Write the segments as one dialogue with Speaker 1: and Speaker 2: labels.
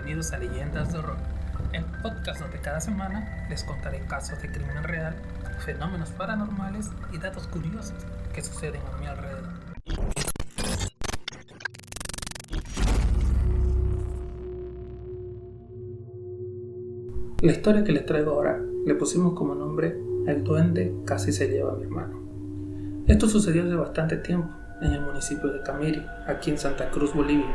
Speaker 1: bienvenidos a Leyendas de Horror, el podcast donde cada semana les contaré casos de crimen real, fenómenos paranormales y datos curiosos que suceden a mi alrededor. La historia que les traigo ahora le pusimos como nombre El duende casi se lleva a mi hermano. Esto sucedió hace bastante tiempo en el municipio de Camiri, aquí en Santa Cruz, Bolivia.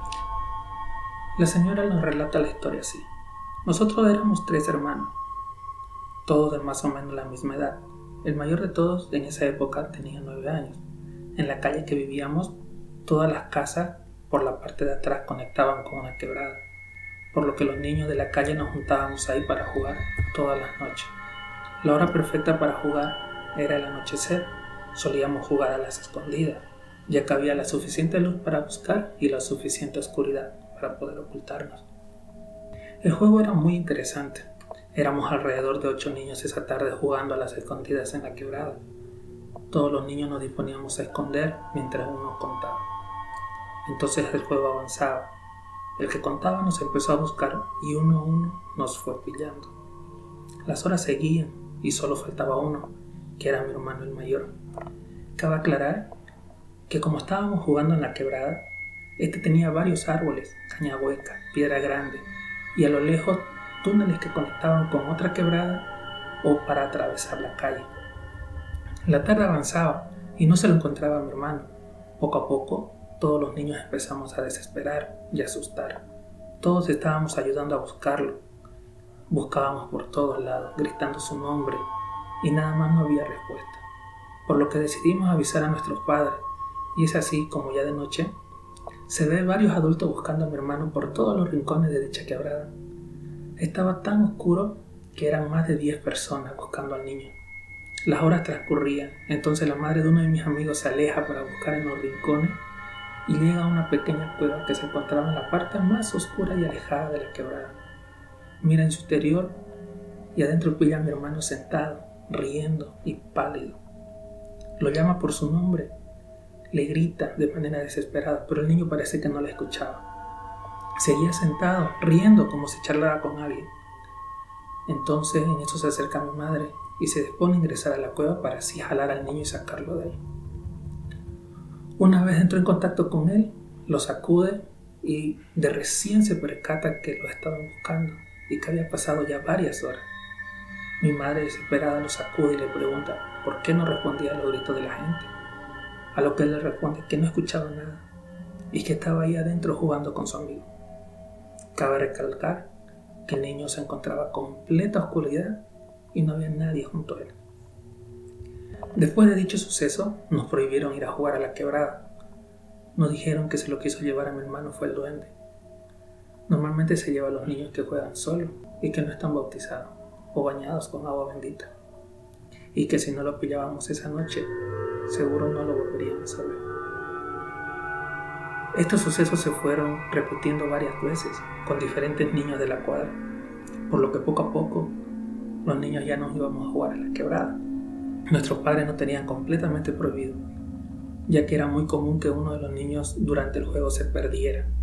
Speaker 1: La señora nos relata la historia así. Nosotros éramos 3 hermanos, todos de más o menos la misma edad. El mayor de todos en esa época tenía 9 años. En la calle que vivíamos, todas las casas por la parte de atrás conectaban con una quebrada, por lo que los niños de la calle nos juntábamos ahí para jugar todas las noches. La hora perfecta para jugar era el anochecer. Solíamos jugar a las escondidas, ya que había la suficiente luz para buscar y la suficiente oscuridad para poder ocultarnos. El juego era muy interesante. Éramos alrededor de 8 niños esa tarde jugando a las escondidas en la quebrada. Todos los niños nos disponíamos a esconder mientras uno contaba. Entonces el juego avanzaba. El que contaba nos empezó a buscar y uno a uno nos fue pillando. Las horas seguían y solo faltaba uno, que era mi hermano el mayor. Cabe aclarar que como estábamos jugando en la quebrada, este tenía varios árboles, caña hueca, piedra grande y a lo lejos túneles que conectaban con otra quebrada o para atravesar la calle. La tarde avanzaba y no se lo encontraba a mi hermano. Poco a poco, todos los niños empezamos a desesperar y asustar. Todos estábamos ayudando a buscarlo. Buscábamos por todos lados, gritando su nombre, y nada más no había respuesta. Por lo que decidimos avisar a nuestros padres, y es así como ya de noche se ve varios adultos buscando a mi hermano por todos los rincones de dicha quebrada. Estaba tan oscuro que eran más de 10 personas buscando al niño. Las horas transcurrían, entonces la madre de uno de mis amigos se aleja para buscar en los rincones y llega a una pequeña cueva que se encontraba en la parte más oscura y alejada de la quebrada. Mira en su interior y adentro pilla a mi hermano sentado, riendo y pálido. Lo llama por su nombre, le grita de manera desesperada, pero el niño parece que no la escuchaba. Seguía sentado, riendo como si charlara con alguien. Entonces en eso se acerca mi madre y se dispone a ingresar a la cueva para así jalar al niño y sacarlo de ahí. Una vez entró en contacto con él, lo sacude y de recién se percata que lo estaban buscando y que había pasado ya varias horas. Mi madre desesperada lo sacude y le pregunta por qué no respondía a los gritos de la gente, a lo que él le responde que no escuchaba nada y que estaba ahí adentro jugando con su amigo. Cabe recalcar que el niño se encontraba en completa oscuridad y no había nadie junto a él. Después de dicho suceso, nos prohibieron ir a jugar a la quebrada. Nos dijeron que se lo quiso llevar a mi hermano fue el duende. Normalmente se lleva a los niños que juegan solos y que no están bautizados o bañados con agua bendita, y que si no lo pillábamos esa noche, seguro no lo volveríamos a ver. Estos sucesos se fueron repitiendo varias veces con diferentes niños de la cuadra, por lo que poco a poco los niños ya nos íbamos a jugar a la quebrada. Nuestros padres nos tenían completamente prohibido, ya que era muy común que uno de los niños durante el juego se perdiera